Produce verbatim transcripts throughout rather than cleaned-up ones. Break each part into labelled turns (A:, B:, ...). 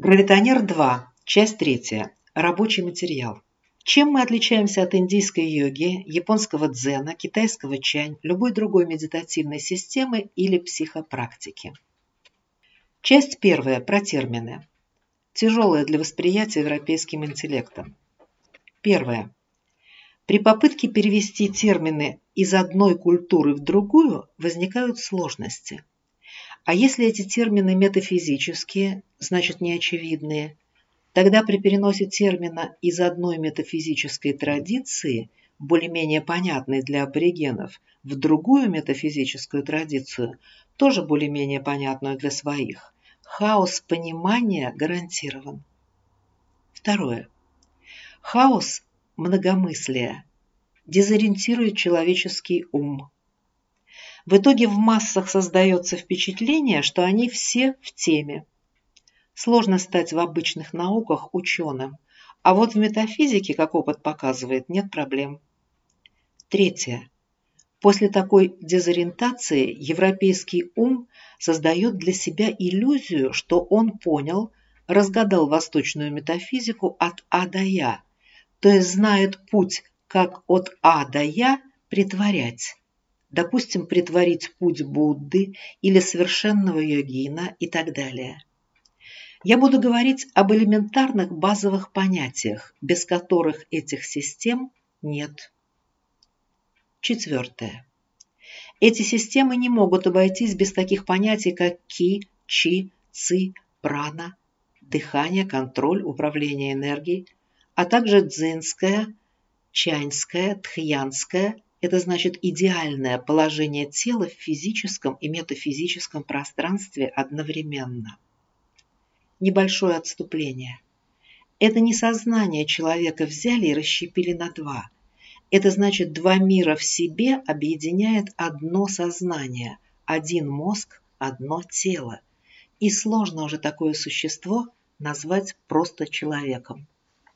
A: Пролетонер два. Часть третья. Рабочий материал. Чем мы отличаемся от индийской йоги, японского дзена, китайского чань, любой другой медитативной системы или психопрактики? Часть первая. Про термины. Тяжелая для восприятия европейским интеллектом. Первое. При попытке перевести термины из одной культуры в другую возникают сложности. А если эти термины метафизические, значит неочевидные, тогда при переносе термина из одной метафизической традиции, более-менее понятной для аборигенов, в другую метафизическую традицию, тоже более-менее понятную для своих, хаос понимания гарантирован. Второе. Хаос многомыслия дезориентирует человеческий ум. В итоге в массах создается впечатление, что они все в теме. Сложно стать в обычных науках ученым, а вот в метафизике, как опыт показывает, нет проблем. Третье. После такой дезориентации европейский ум создает для себя иллюзию, что он понял, разгадал восточную метафизику от А до Я, то есть знает путь, как от А до Я притворять. Допустим, притворить путь Будды или совершенного йогина и так далее. Я буду говорить об элементарных базовых понятиях, без которых этих систем нет. Четвертое. Эти системы не могут обойтись без таких понятий, как ки, чи, ци, прана, дыхание, контроль, управление энергией, а также дзинское, чаньское, тхьянское. Это значит идеальное положение тела в физическом и метафизическом пространстве одновременно. Небольшое отступление. Это не сознание человека взяли и расщепили на два. Это значит, два мира в себе объединяет одно сознание, один мозг, одно тело. И сложно уже такое существо назвать просто человеком.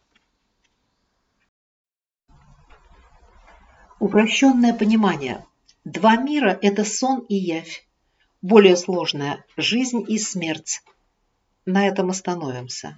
A: Упрощенное понимание. Два мира – это сон и явь. Более сложное – жизнь и смерть. На этом остановимся.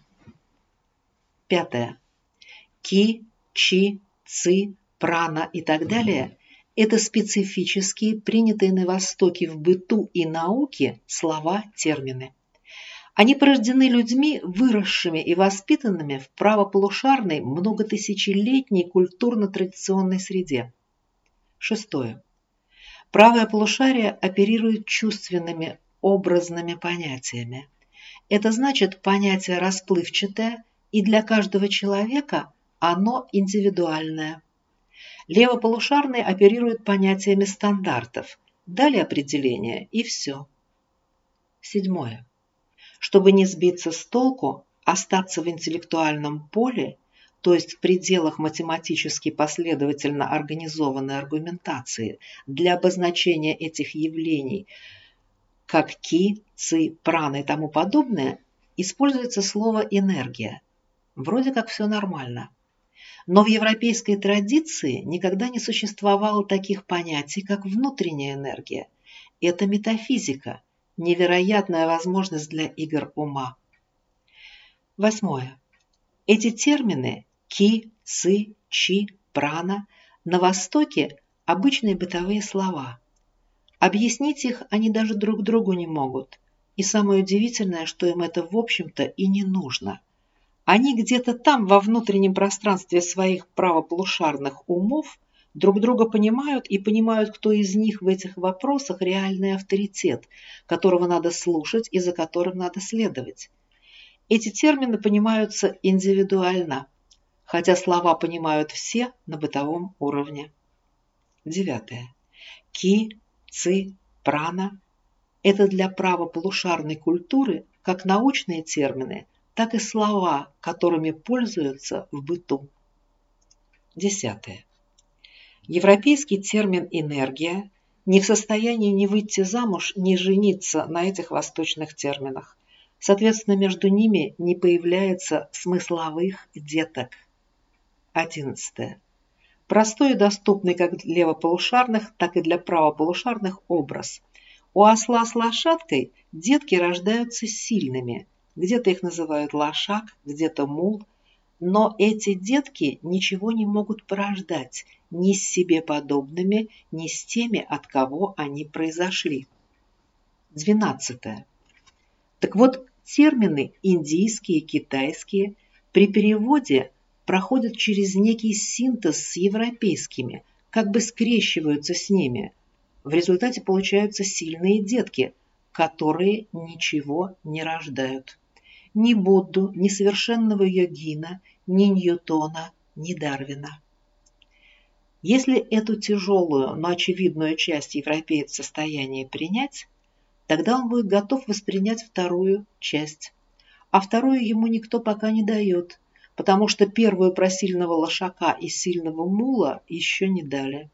A: Пятое. Ки, чи, ци, прана и так далее – это специфические, принятые на Востоке в быту и науке слова, термины. Они порождены людьми, выросшими и воспитанными в правополушарной, многотысячелетней культурно-традиционной среде. Шестое. Правое полушарие оперирует чувственными, образными понятиями. Это значит, понятие расплывчатое, и для каждого человека оно индивидуальное. Левополушарный оперирует понятиями стандартов, дали определение и все. Седьмое. Чтобы не сбиться с толку, остаться в интеллектуальном поле, то есть в пределах математически последовательно организованной аргументации для обозначения этих явлений, как ки, ци, прана и тому подобное, используется слово «энергия». Вроде как все нормально. Но в европейской традиции никогда не существовало таких понятий, как внутренняя энергия. Это метафизика, невероятная возможность для игр ума. Восьмое. Эти термины ки, ци, чи, прана на Востоке обычные бытовые слова. Объяснить их они даже друг другу не могут. И самое удивительное, что им это в общем-то и не нужно. Они где-то там, во внутреннем пространстве своих правополушарных умов, друг друга понимают и понимают, кто из них в этих вопросах реальный авторитет, которого надо слушать и за которым надо следовать. Эти термины понимаются индивидуально, хотя слова понимают все на бытовом уровне. Девятое. Ки, ци, прана – это для правополушарной культуры как научные термины, так и слова, которыми пользуются в быту. Десятое. Европейский термин «энергия» не в состоянии ни выйти замуж, ни жениться на этих восточных терминах. Соответственно, между ними не появляется смысловых деток. Одиннадцатое. Простой и доступный как для левополушарных, так и для правополушарных образ. У осла с лошадкой детки рождаются сильными, Где-то их называют лошак, где-то мул. Но эти детки ничего не могут порождать ни с себе подобными, ни с теми, от кого они произошли. Двенадцатое. Так вот, термины индийские, китайские при переводе проходят через некий синтез с европейскими, как бы скрещиваются с ними. В результате получаются сильные детки, которые ничего не рождают. Ни Будду, ни совершенного йогина, ни Ньютона, ни Дарвина. Если эту тяжелую, но очевидную часть европеец в состоянии принять, тогда он будет готов воспринять вторую часть. А вторую ему никто пока не дает, потому что первую про сильного лошака и сильного мула еще не дали.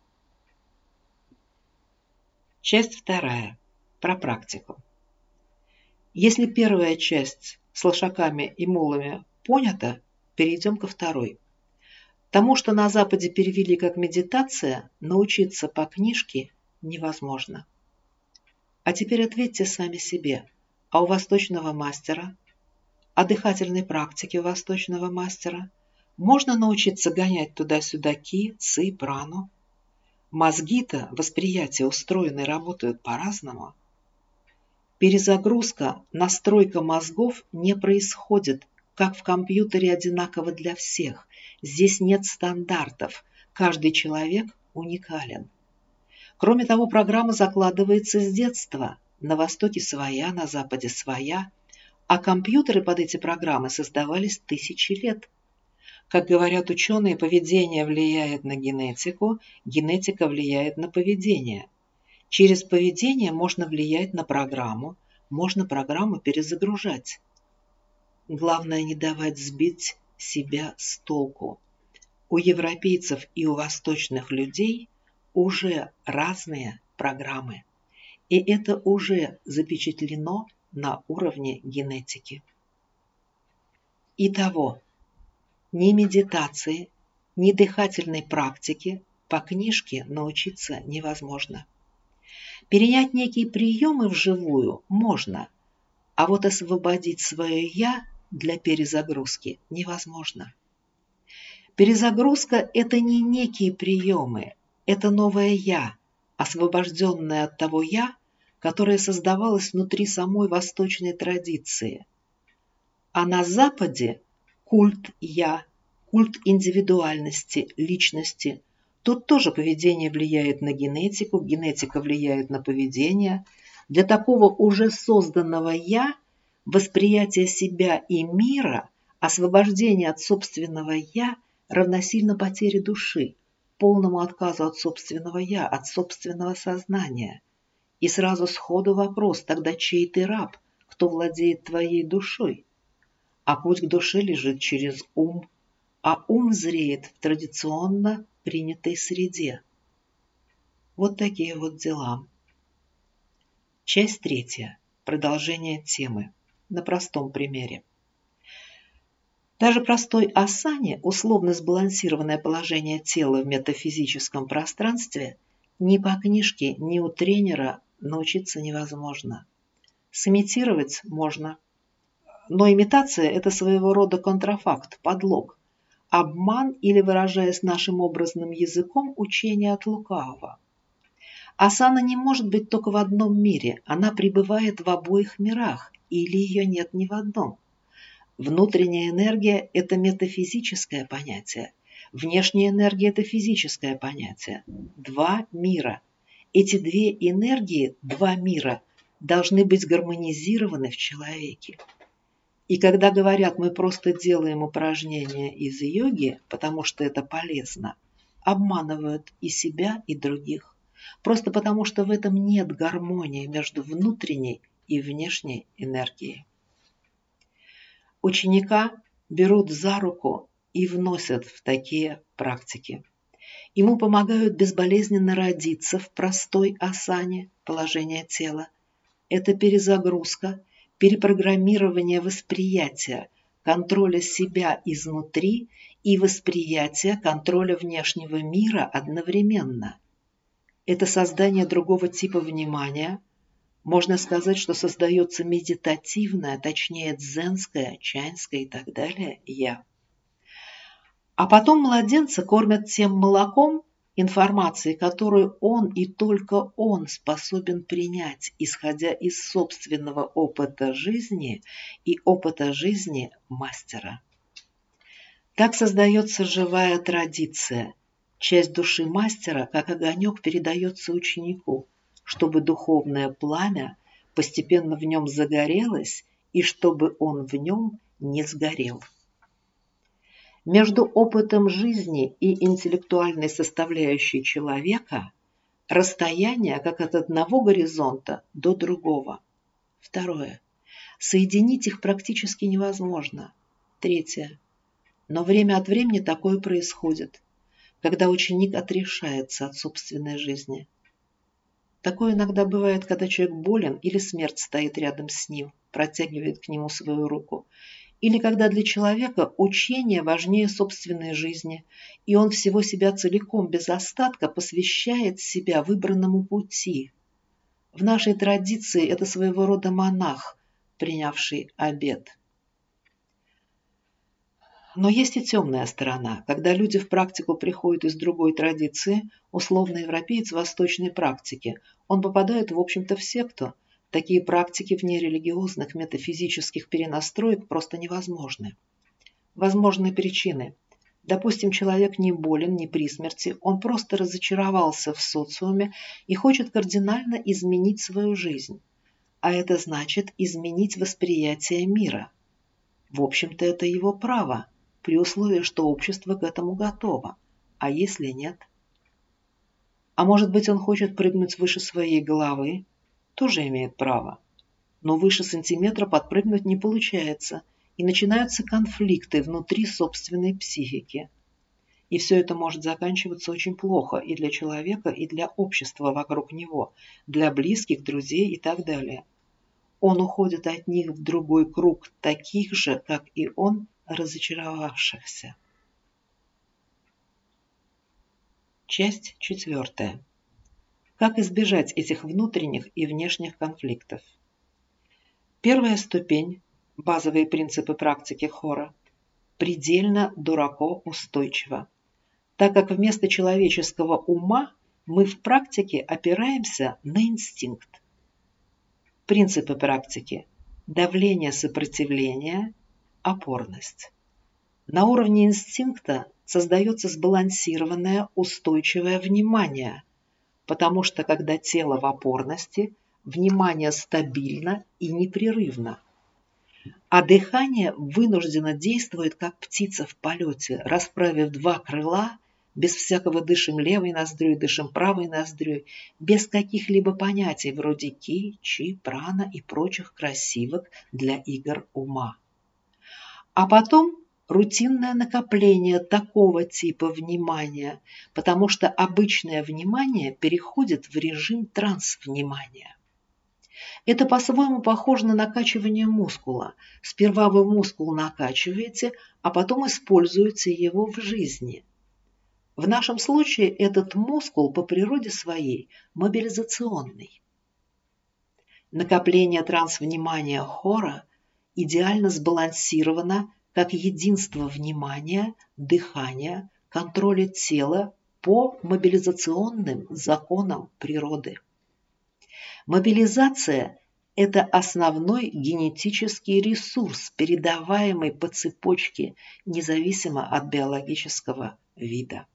A: Часть вторая. Про практику. Если первая часть с лошаками и мулами понята, перейдем ко второй. Тому, что на Западе перевели как медитация, научиться по книжке невозможно. А теперь ответьте сами себе, а у восточного мастера, о дыхательной практике у восточного мастера можно научиться гонять туда-сюда ки, ци, прану? Мозги-то, восприятие устроены и работают по-разному. Перезагрузка, настройка мозгов не происходит, как в компьютере, одинаково для всех. Здесь нет стандартов. Каждый человек уникален. Кроме того, программа закладывается с детства. На Востоке своя, на Западе своя. А компьютеры под эти программы создавались тысячи лет. Как говорят ученые, поведение влияет на генетику, генетика влияет на поведение. Через поведение можно влиять на программу, можно программу перезагружать. Главное не давать сбить себя с толку. У европейцев и у восточных людей уже разные программы. И это уже запечатлено на уровне генетики. Итого, ни медитации, ни дыхательной практики по книжке научиться невозможно. Перенять некие приемы вживую можно, а вот освободить свое «я» для перезагрузки невозможно. Перезагрузка – это не некие приемы, это новое «я», освобожденное от того «я», которое создавалось внутри самой восточной традиции. А на Западе культ «я», культ индивидуальности, личности. Тут тоже поведение влияет на генетику, генетика влияет на поведение. Для такого уже созданного «я» восприятие себя и мира, освобождение от собственного «я» равносильно потере души, полному отказу от собственного «я», от собственного сознания. И сразу сходу вопрос, тогда чей ты раб, кто владеет твоей душой? А путь к душе лежит через ум, а ум зреет в традиционно принятой среде. Вот такие вот дела. Часть третья. Продолжение темы. На простом примере. Даже простой асане, условно сбалансированное положение тела в метафизическом пространстве, ни по книжке, ни у тренера научиться невозможно. Сымитировать можно. Но имитация – это своего рода контрафакт, подлог, обман или, выражаясь нашим образным языком, учение от лукавого. Асана не может быть только в одном мире, она пребывает в обоих мирах, или ее нет ни в одном. Внутренняя энергия – это метафизическое понятие, внешняя энергия – это физическое понятие. Два мира. Эти две энергии, два мира, должны быть гармонизированы в человеке. И когда говорят, мы просто делаем упражнения из йоги, потому что это полезно, обманывают и себя, и других. Просто потому что в этом нет гармонии между внутренней и внешней энергией. Ученика берут за руку и вносят в такие практики. Ему помогают безболезненно родиться в простой асане, положение тела. Это перезагрузка, перепрограммирование восприятия, контроля себя изнутри и восприятия контроля внешнего мира одновременно. Это создание другого типа внимания, Можно сказать, что создается медитативное, точнее дзенское, чанское и так далее «я». А потом младенца кормят тем молоком, информацией, которую он и только он способен принять, исходя из собственного опыта жизни и опыта жизни мастера. Так создается живая традиция. Часть души мастера, как огонек, передается ученику, чтобы духовное пламя постепенно в нем загорелось и чтобы он в нем не сгорел. Между опытом жизни и интеллектуальной составляющей человека расстояние как от одного горизонта до другого. Второе. Соединить их практически невозможно. Третье. Но время от времени такое происходит, когда ученик отрешается от собственной жизни. Такое иногда бывает, когда человек болен или смерть стоит рядом с ним, протягивает к нему свою руку. Или когда для человека учение важнее собственной жизни, и он всего себя целиком, без остатка, посвящает себя выбранному пути. В нашей традиции это своего рода монах, принявший обет. Но есть и темная сторона, когда люди в практику приходят из другой традиции, условно европеец восточной практики, он попадает, в общем-то, в секту. Такие практики вне религиозных метафизических перенастроек просто невозможны. Возможны причины. Допустим, человек не болен, не при смерти, он просто разочаровался в социуме и хочет кардинально изменить свою жизнь. А это значит изменить восприятие мира. В общем-то, это его право, при условии, что общество к этому готово. А если нет? А может быть, он хочет прыгнуть выше своей головы? Тоже имеет право. Но выше сантиметра подпрыгнуть не получается, и начинаются конфликты внутри собственной психики. И все это может заканчиваться очень плохо и для человека, и для общества вокруг него, для близких, друзей и так далее. Он уходит от них в другой круг таких же, как и он, разочаровавшихся. Часть четвертая. Как избежать этих внутренних и внешних конфликтов? Первая ступень, базовые принципы практики хора, предельно дурако-устойчива, так как вместо человеческого ума мы в практике опираемся на инстинкт. Принципы практики: давление сопротивления, опорность. На уровне инстинкта создается сбалансированное, устойчивое внимание, потому что когда тело в опорности, внимание стабильно и непрерывно. А дыхание вынужденно действует, как птица в полете, расправив два крыла, без всякого дышим левой ноздрёй, дышим правой ноздрёй, без каких-либо понятий вроде ки, чи, прана и прочих красивок для игр ума. А потом рутинное накопление такого типа внимания, потому что обычное внимание переходит в режим трансвнимания. Это по-своему похоже на накачивание мускула. Сперва вы мускул накачиваете, а потом используете его в жизни. В нашем случае этот мускул по природе своей мобилизационный. Накопление трансвнимания хора идеально сбалансировано как единство внимания, дыхания, контроля тела по мобилизационным законам природы. Мобилизация – это основной генетический ресурс, передаваемый по цепочке, независимо от биологического вида.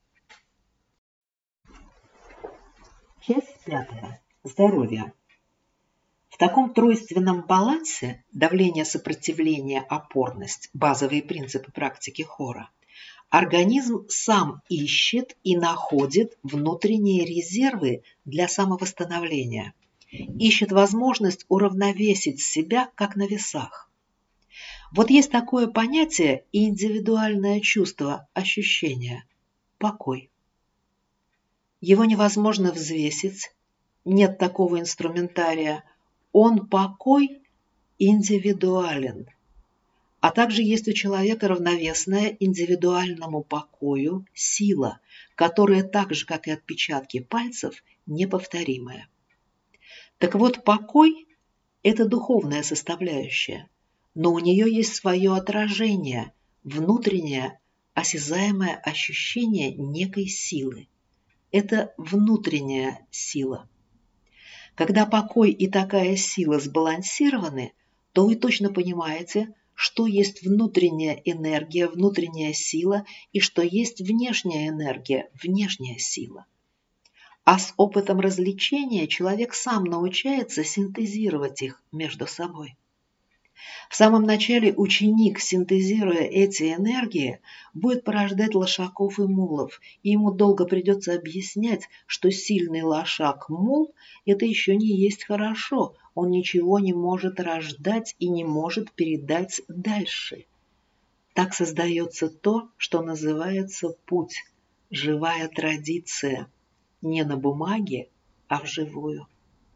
A: Часть пятая. Здоровье. В таком тройственном балансе давление, сопротивление, опорность, базовые принципы практики хора, организм сам ищет и находит внутренние резервы для самовосстановления, ищет возможность уравновесить себя, как на весах. Вот есть такое понятие индивидуальное чувство, ощущение, покой. Его невозможно взвесить, нет такого инструментария. Он, покой, индивидуален. А также есть у человека равновесная индивидуальному покою сила, которая так же, как и отпечатки пальцев, неповторимая. Так вот, покой – это духовная составляющая, но у нее есть свое отражение, внутреннее, осязаемое ощущение некой силы. Это внутренняя сила. Когда покой и такая сила сбалансированы, то вы точно понимаете, что есть внутренняя энергия, внутренняя сила, и что есть внешняя энергия, внешняя сила. А с опытом развлечения человек сам научается синтезировать их между собой. В самом начале ученик, синтезируя эти энергии, будет порождать лошаков и мулов, и ему долго придется объяснять, что сильный лошак-мул – это еще не есть хорошо, он ничего не может рождать и не может передать дальше. Так создается то, что называется путь, живая традиция, не на бумаге, а вживую.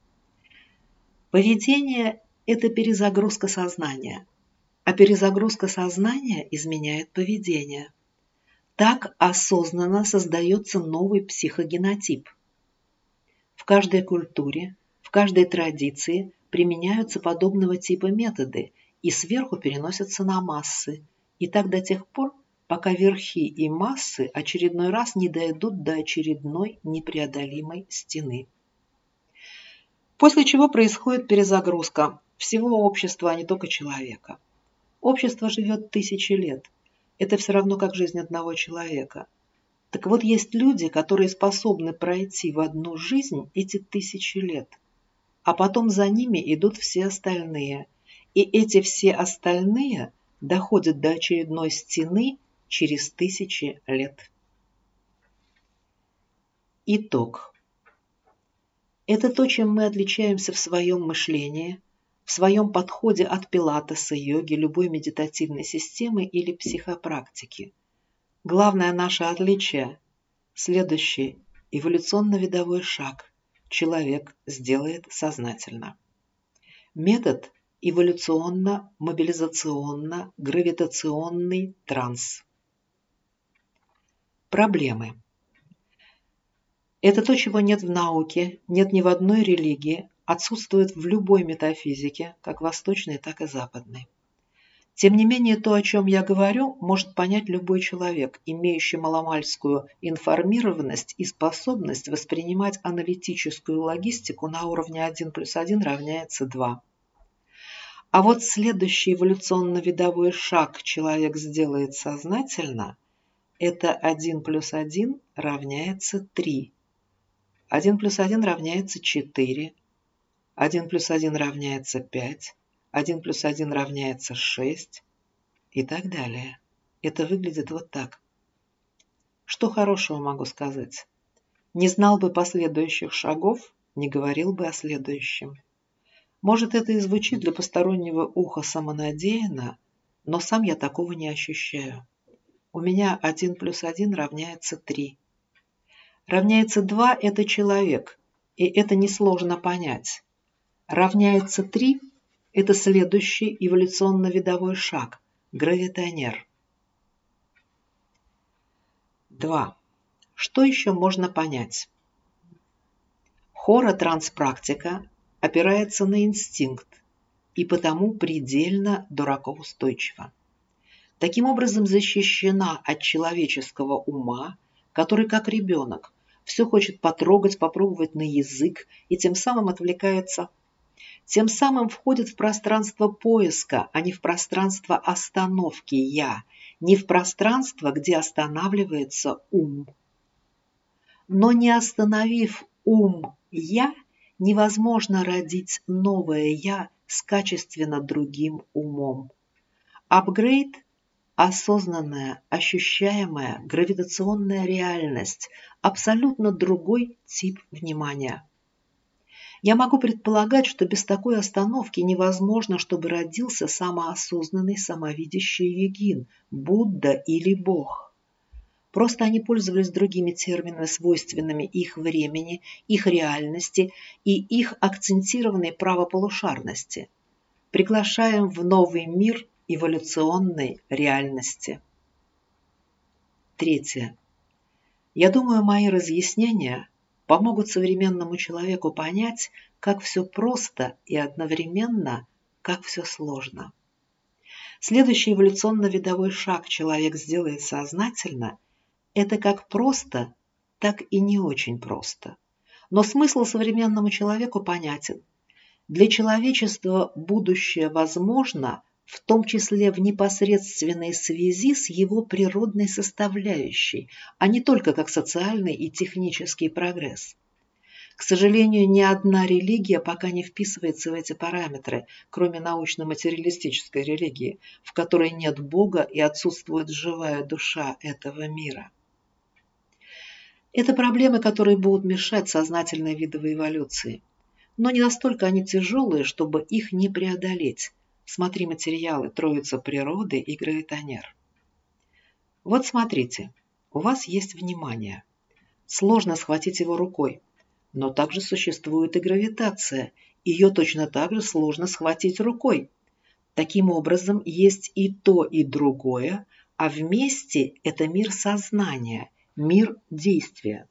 A: Поведение – это перезагрузка сознания, а перезагрузка сознания изменяет поведение. Так осознанно создается новый психогенотип. В каждой культуре, в каждой традиции применяются подобного типа методы и сверху переносятся на массы, и так до тех пор, пока верхи и массы очередной раз не дойдут до очередной непреодолимой стены. После чего происходит перезагрузка всего общества, а не только человека. Общество живет тысячи лет. Это все равно, как жизнь одного человека. Так вот, есть люди, которые способны пройти в одну жизнь эти тысячи лет, а потом за ними идут все остальные. И эти все остальные доходят до очередной стены через тысячи лет. Итог. Это то, чем мы отличаемся в своем мышлении, в своем подходе от пилатеса, йоги, любой медитативной системы или психопрактики. Главное наше отличие – следующий эволюционно-видовой шаг человек сделает сознательно. Метод эволюционно-мобилизационно-гравитационный транс. Проблемы. Это то, чего нет в науке, нет ни в одной религии, отсутствует в любой метафизике, как восточной, так и западной. Тем не менее, то, о чем я говорю, может понять любой человек, имеющий маломальскую информированность и способность воспринимать аналитическую логистику на уровне один плюс один равняется два. А вот следующий эволюционно-видовой шаг человек сделает сознательно – это один плюс один равняется три. один плюс один равняется четыре, один плюс один равняется пять, один плюс один равняется шесть и так далее. Это выглядит вот так. Что хорошего могу сказать? Не знал бы последующих шагов, не говорил бы о следующем. Может, это и звучит для постороннего уха самонадеянно, но сам я такого не ощущаю. У меня один плюс один равняется три. Равняется два – это человек, и это несложно понять. Равняется три – это следующий эволюционно-видовой шаг – гравитонер. два. Что еще можно понять? Хора-транспрактика опирается на инстинкт и потому предельно дуракоустойчива. Таким образом защищена от человеческого ума, который, как ребенок, все хочет потрогать, попробовать на язык и тем самым отвлекается. Тем самым входит в пространство поиска, а не в пространство остановки «я», не в пространство, где останавливается ум. Но не остановив ум «я», невозможно родить новое «я» с качественно другим умом. Апгрейд – осознанная, ощущаемая гравитационная реальность, абсолютно другой тип внимания. Я могу предполагать, что без такой остановки невозможно, чтобы родился самоосознанный, самовидящий йогин, Будда или Бог. Просто они пользовались другими терминами, свойственными их времени, их реальности и их акцентированной правополушарности. Приглашаем в новый мир эволюционной реальности. Третье. Я думаю, мои разъяснения помогут современному человеку понять, как все просто и одновременно, как все сложно. Следующий эволюционно-видовой шаг человек сделает сознательно – это как просто, так и не очень просто. Но смысл современному человеку понятен. Для человечества будущее возможно, в том числе в непосредственной связи с его природной составляющей, а не только как социальный и технический прогресс. К сожалению, ни одна религия пока не вписывается в эти параметры, кроме научно-материалистической религии, в которой нет Бога и отсутствует живая душа этого мира. Это проблемы, которые будут мешать сознательной видовой эволюции. Но не настолько они тяжелые, чтобы их не преодолеть. Смотри материалы «Троица природы» и «Гравитонер». Вот смотрите, у вас есть внимание. Сложно схватить его рукой, но также существует и гравитация. Ее точно так же сложно схватить рукой. Таким образом, есть и то, и другое, а вместе это мир сознания, мир действия.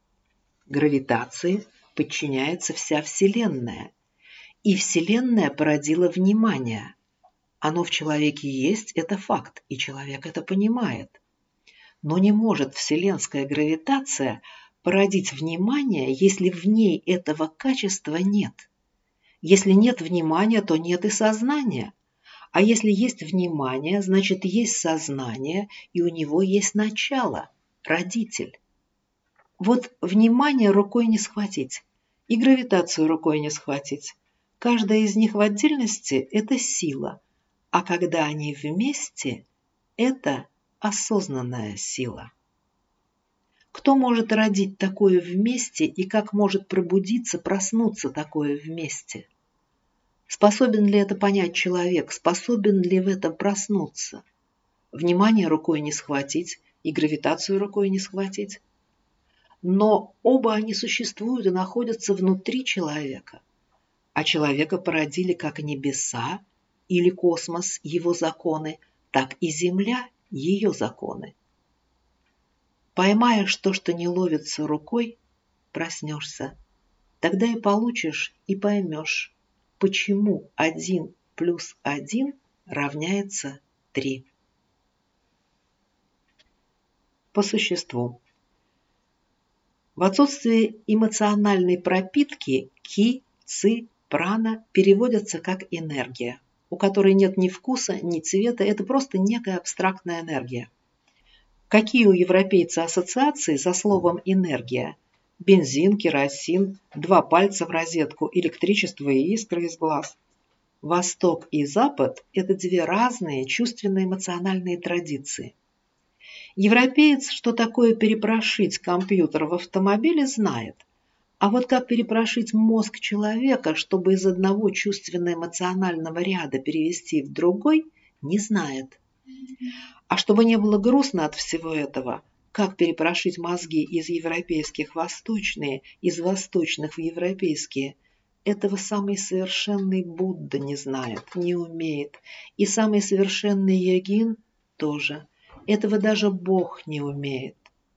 A: Гравитации подчиняется вся Вселенная. И Вселенная породила внимание. Оно в человеке есть, это факт, и человек это понимает. Но не может вселенская гравитация породить внимание, если в ней этого качества нет. Если нет внимания, то нет и сознания. А если есть внимание, значит есть сознание, и у него есть начало, родитель. Вот внимание рукой не схватить, и гравитацию рукой не схватить. Каждая из них в отдельности – это сила, а когда они вместе – это осознанная сила. Кто может родить такое вместе и как может пробудиться, проснуться такое вместе? Способен ли это понять человек, способен ли в этом проснуться? Внимание рукой не схватить и гравитацию рукой не схватить. Но оба они существуют и находятся внутри человека. А человека породили как небеса или космос, его законы, так и Земля, ее законы. Поймаешь то, что не ловится рукой, проснешься. Тогда и получишь, и поймешь, почему один плюс один равняется три. По существу. В отсутствие эмоциональной пропитки ки, ци, прана переводятся как энергия, у которой нет ни вкуса, ни цвета, это просто некая абстрактная энергия. Какие у европейца ассоциации со словом «энергия»? Бензин, керосин, два пальца в розетку, электричество и искры из глаз. Восток и Запад – это две разные чувственно-эмоциональные традиции. Европеец, что такое перепрошить компьютер в автомобиле, знает. А вот как перепрошить мозг человека, чтобы из одного чувственно-эмоционального ряда перевести в другой, не знает. А чтобы не было грустно от всего этого, как перепрошить мозги из европейских в восточные, из восточных в европейские, этого самый совершенный Будда не знает, не умеет. И самый совершенный йогин тоже. Этого даже Бог не умеет.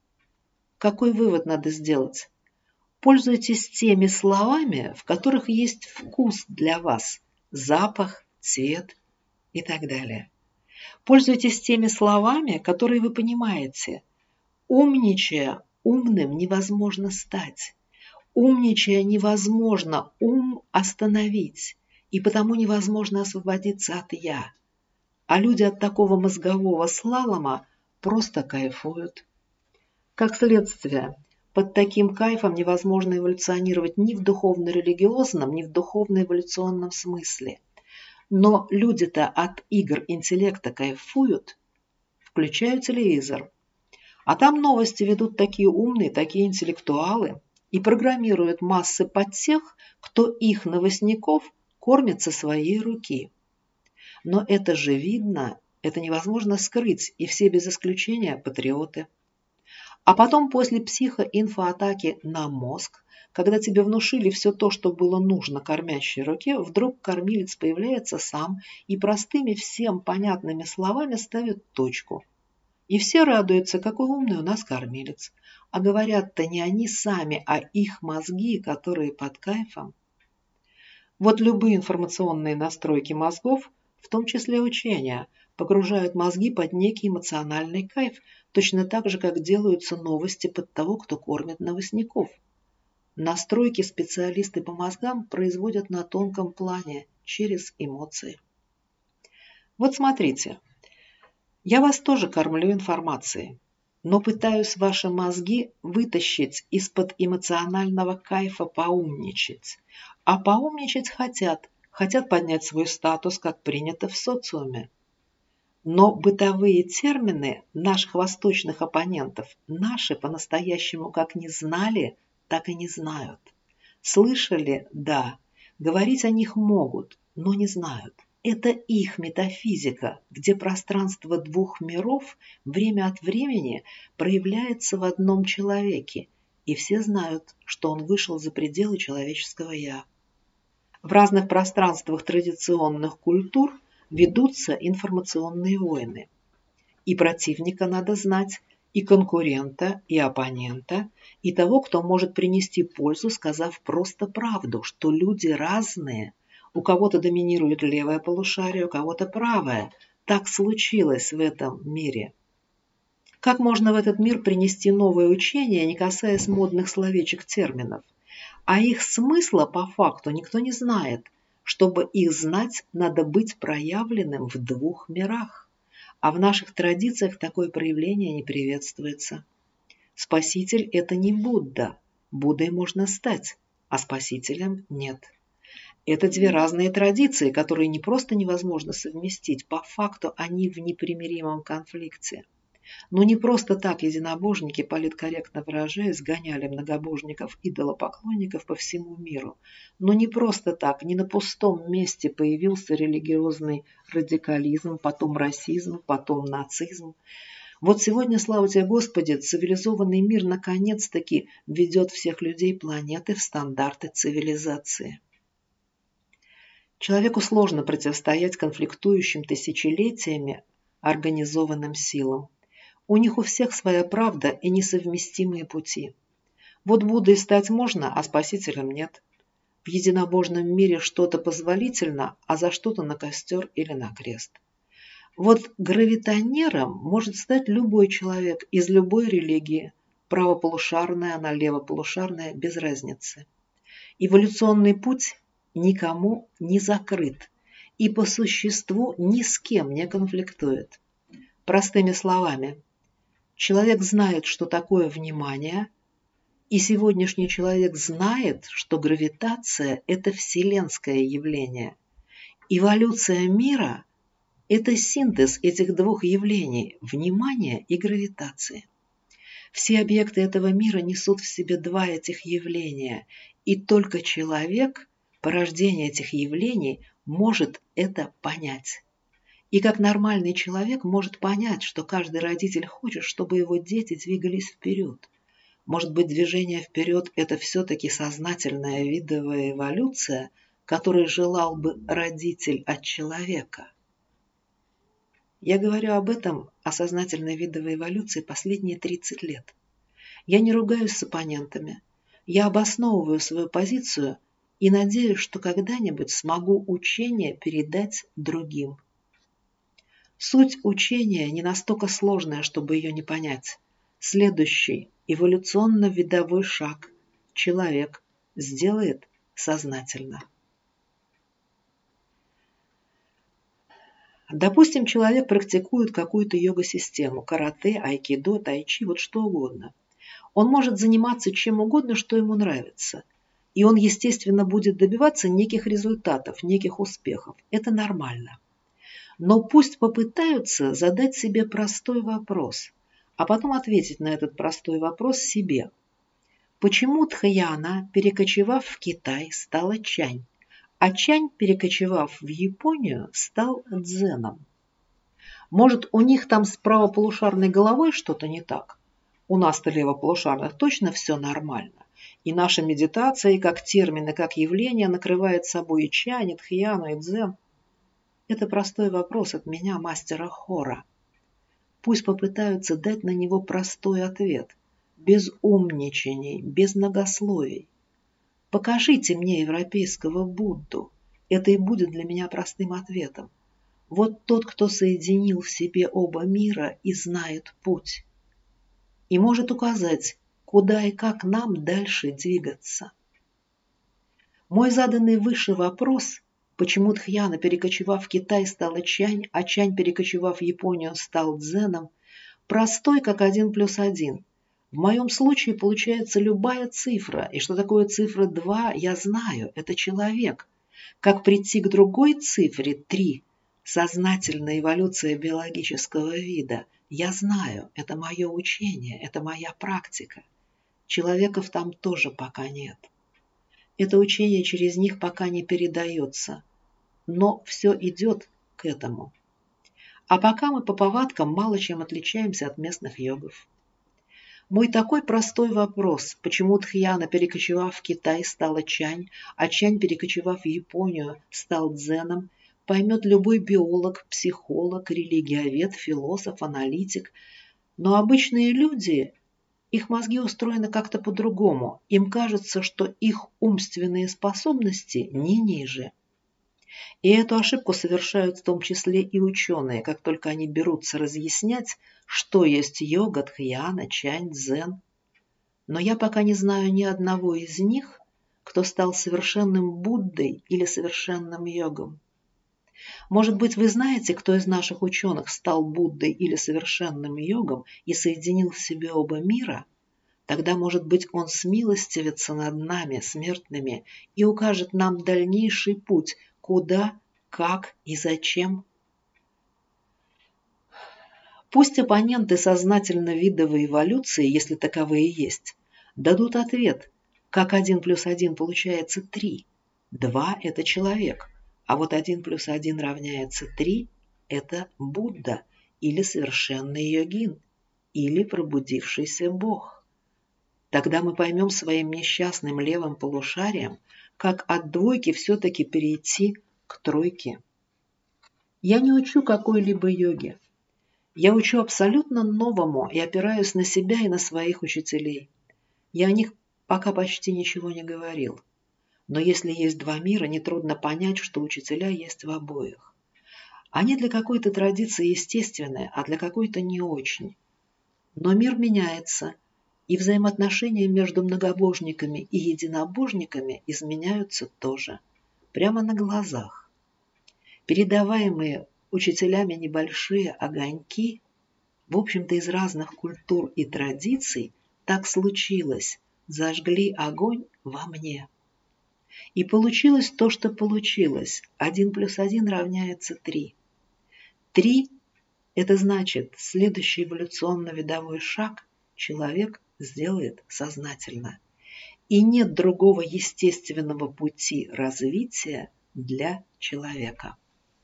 A: Какой вывод надо сделать? Пользуйтесь теми словами, в которых есть вкус для вас, запах, цвет и так далее. Пользуйтесь теми словами, которые вы понимаете. Умничая, умным невозможно стать. Умничая невозможно ум остановить, и потому невозможно освободиться от «я». А люди от такого мозгового слалома просто кайфуют. Как следствие, под таким кайфом невозможно эволюционировать ни в духовно-религиозном, ни в духовно-эволюционном смысле. Но люди-то от игр интеллекта кайфуют. Включаю телевизор. А там новости ведут такие умные, такие интеллектуалы и программируют массы под тех, кто их новостников кормит со своей руки. Но это же видно, это невозможно скрыть, и все без исключения патриоты. А потом после психоинфоатаки на мозг, когда тебе внушили все то, что было нужно кормящей руке, вдруг кормилец появляется сам и простыми всем понятными словами ставит точку. И все радуются, какой умный у нас кормилец. А говорят-то не они сами, а их мозги, которые под кайфом. Вот любые информационные настройки мозгов, в том числе учения, погружают мозги под некий эмоциональный кайф, точно так же, как делаются новости под того, кто кормит новостников. Настройки специалисты по мозгам производят на тонком плане, через эмоции. Вот смотрите, я вас тоже кормлю информацией, но пытаюсь ваши мозги вытащить из-под эмоционального кайфа поумничать. А поумничать хотят, хотят поднять свой статус, как принято в социуме. Но бытовые термины наших восточных оппонентов наши по-настоящему как не знали, так и не знают. Слышали? Да. Говорить о них могут, но не знают. Это их метафизика, где пространство двух миров время от времени проявляется в одном человеке, и все знают, что он вышел за пределы человеческого «я». В разных пространствах традиционных культур ведутся информационные войны. И противника надо знать, и конкурента, и оппонента, и того, кто может принести пользу, сказав просто правду, что люди разные. У кого-то доминирует левое полушарие, у кого-то правое. Так случилось в этом мире. Как можно в этот мир принести новое учение, не касаясь модных словечек терминов? А их смысла по факту никто не знает. Чтобы их знать, надо быть проявленным в двух мирах. А в наших традициях такое проявление не приветствуется. Спаситель – это не Будда. Буддой можно стать, а спасителем – нет. Это две разные традиции, которые не просто невозможно совместить, по факту они в непримиримом конфликте. Но не просто так единобожники, политкорректно выражаясь, гоняли многобожников, идолопоклонников по всему миру. Но не просто так, не на пустом месте появился религиозный радикализм, потом расизм, потом нацизм. Вот сегодня, слава тебе, Господи, цивилизованный мир наконец-таки ведет всех людей планеты в стандарты цивилизации. Человеку сложно противостоять конфликтующим тысячелетиями организованным силам. У них у всех своя правда и несовместимые пути. Вот Буддой стать можно, а спасителем нет. В единобожном мире что-то позволительно, а за что-то на костер или на крест. Вот гравитонером может стать любой человек из любой религии, правополушарная она, левополушарная, без разницы. Эволюционный путь никому не закрыт и по существу ни с кем не конфликтует. Простыми словами, человек знает, что такое внимание, и сегодняшний человек знает, что гравитация – это вселенское явление. Эволюция мира – это синтез этих двух явлений – внимания и гравитации. Все объекты этого мира несут в себе два этих явления, и только человек, порождение этих явлений, может это понять. И как нормальный человек может понять, что каждый родитель хочет, чтобы его дети двигались вперед. Может быть, движение вперед – это все-таки сознательная видовая эволюция, которой желал бы родитель от человека. Я говорю об этом, о сознательной видовой эволюции, последние тридцать лет. Я не ругаюсь с оппонентами. Я обосновываю свою позицию и надеюсь, что когда-нибудь смогу учение передать другим. Суть учения не настолько сложная, чтобы ее не понять. Следующий эволюционно-видовой шаг человек сделает сознательно. Допустим, человек практикует какую-то йога-систему, карате, айкидо, тайчи, вот что угодно. Он может заниматься чем угодно, что ему нравится. И он, естественно, будет добиваться неких результатов, неких успехов. Это нормально. Но пусть попытаются задать себе простой вопрос, а потом ответить на этот простой вопрос себе. Почему Дхьяна, перекочевав в Китай, стала Чань, а Чань, перекочевав в Японию, стал дзеном? Может, у них там с правополушарной головой что-то не так? У нас-то левополушарных точно все нормально. И наша медитация, и как термин, и как явление накрывает собой и Чань, и Дхьяну, и дзен. Это простой вопрос от меня, мастера хора. Пусть попытаются дать на него простой ответ, без умничаний, без многословий. Покажите мне европейского Будду, это и будет для меня простым ответом. Вот тот, кто соединил в себе оба мира и знает путь, и может указать, куда и как нам дальше двигаться. Мой заданный выше вопрос, почему Дхьяна, перекочевав в Китай, стала Чань, а Чань, перекочевав в Японию, стал дзеном, простой, как один плюс один. В моем случае получается любая цифра, и что такое цифра два, я знаю, это человек. Как прийти к другой цифре три, сознательная эволюция биологического вида, я знаю, это мое учение, это моя практика. Человеков там тоже пока нет. Это учение через них пока не передается, но все идет к этому. А пока мы по повадкам мало чем отличаемся от местных йогов. Мой такой простой вопрос, почему Дхьяна, перекочевав в Китай, стала Чань, а Чань, перекочевав в Японию, стал дзеном, поймет любой биолог, психолог, религиовед, философ, аналитик. Но обычные люди, их мозги устроены как-то по-другому. Им кажется, что их умственные способности не ниже. И эту ошибку совершают в том числе и ученые, как только они берутся разъяснять, что есть йога, дхьяна, чань, дзен. Но я пока не знаю ни одного из них, кто стал совершенным Буддой или совершенным йогом. Может быть, вы знаете, кто из наших ученых стал Буддой или совершенным йогом и соединил в себе оба мира? Тогда, может быть, он смилостивится над нами, смертными, и укажет нам дальнейший путь, куда, как и зачем. Пусть оппоненты сознательно-видовой эволюции, если таковые есть, дадут ответ, как один плюс один получается три. Два – это человек, а вот один плюс один равняется три – это Будда или совершенный йогин, или пробудившийся Бог. Тогда мы поймем своим несчастным левым полушарием, как от двойки все-таки перейти к тройке. Я не учу какой-либо йоге. Я учу абсолютно новому и опираюсь на себя и на своих учителей. Я о них пока почти ничего не говорил. Но если есть два мира, нетрудно понять, что учителя есть в обоих. Они для какой-то традиции естественны, а для какой-то не очень. Но мир меняется, и взаимоотношения между многобожниками и единобожниками изменяются тоже, прямо на глазах. Передаваемые учителями небольшие огоньки, в общем-то из разных культур и традиций, так случилось, зажгли огонь во мне. И получилось то, что получилось. Один плюс один равняется три. Три – это значит, следующий эволюционно-видовой шаг человек сделает сознательно. И нет другого естественного пути развития для человека.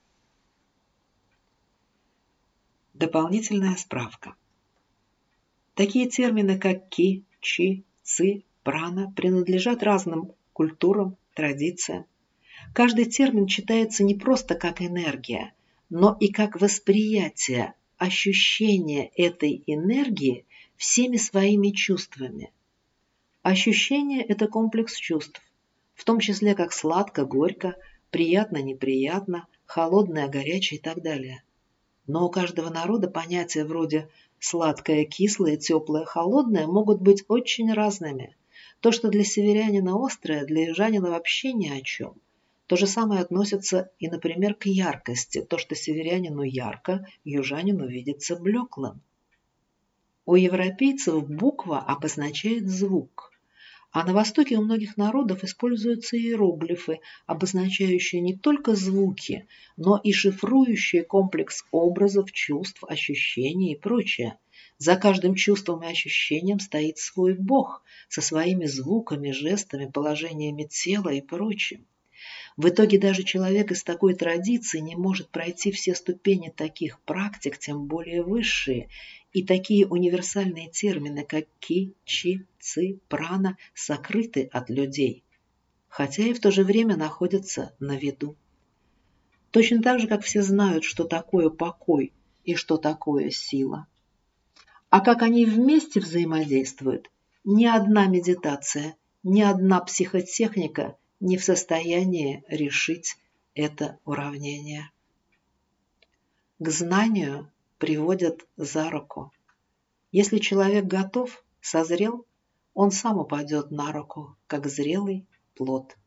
A: Дополнительная справка. Такие термины, как ки, чи, ци, прана, принадлежат разным культурам, традициям. Каждый термин читается не просто как энергия, но и как восприятие, ощущение этой энергии всеми своими чувствами. Ощущение – это комплекс чувств, в том числе как сладко, горько, приятно, неприятно, холодное, горячее и так далее. Но у каждого народа понятия вроде сладкое, кислое, теплое, холодное могут быть очень разными. То, что для северянина острое, для южанина вообще ни о чем. То же самое относится и, например, к яркости. То, что северянину ярко, южанину видится блеклым. У европейцев буква обозначает звук, а на Востоке у многих народов используются иероглифы, обозначающие не только звуки, но и шифрующие комплекс образов, чувств, ощущений и прочее. За каждым чувством и ощущением стоит свой Бог со своими звуками, жестами, положениями тела и прочим. В итоге даже человек из такой традиции не может пройти все ступени таких практик, тем более высшие, и такие универсальные термины, как ки, чи, ци, прана, сокрыты от людей, хотя и в то же время находятся на виду. Точно так же, как все знают, что такое покой, и что такое сила. А как они вместе взаимодействуют, ни одна медитация, ни одна психотехника не в состоянии решить это уравнение. К знанию приводят за руку. Если человек готов, созрел, он сам упадет на руку, как зрелый плод.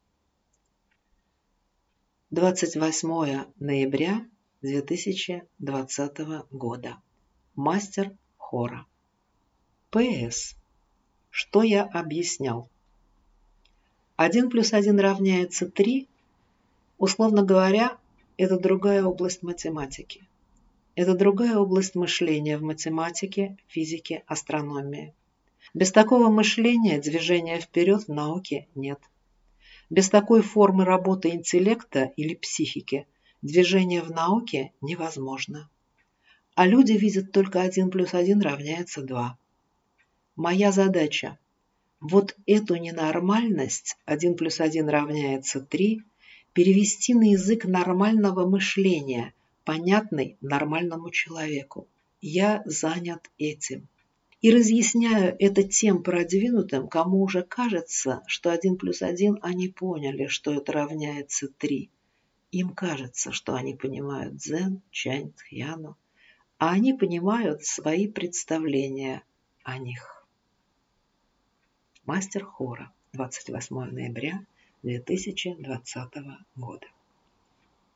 A: двадцать восьмое ноября две тысячи двадцатого года. Мастер хора. П С. Что я объяснял? один плюс один равняется три. Условно говоря, это другая область математики. Это другая область мышления в математике, физике, астрономии. Без такого мышления движения вперед в науке нет. Без такой формы работы интеллекта или психики движение в науке невозможно. А люди видят только один плюс один равняется два. Моя задача – вот эту ненормальность один плюс один равняется три перевести на язык нормального мышления, понятный нормальному человеку. Я занят этим. И разъясняю это тем продвинутым, кому уже кажется, что один плюс один они поняли, что это равняется три. Им кажется, что они понимают дзен, чань, тхьяну, а они понимают свои представления о них. Мастер хора. двадцать восьмое ноября две тысячи двадцатого года.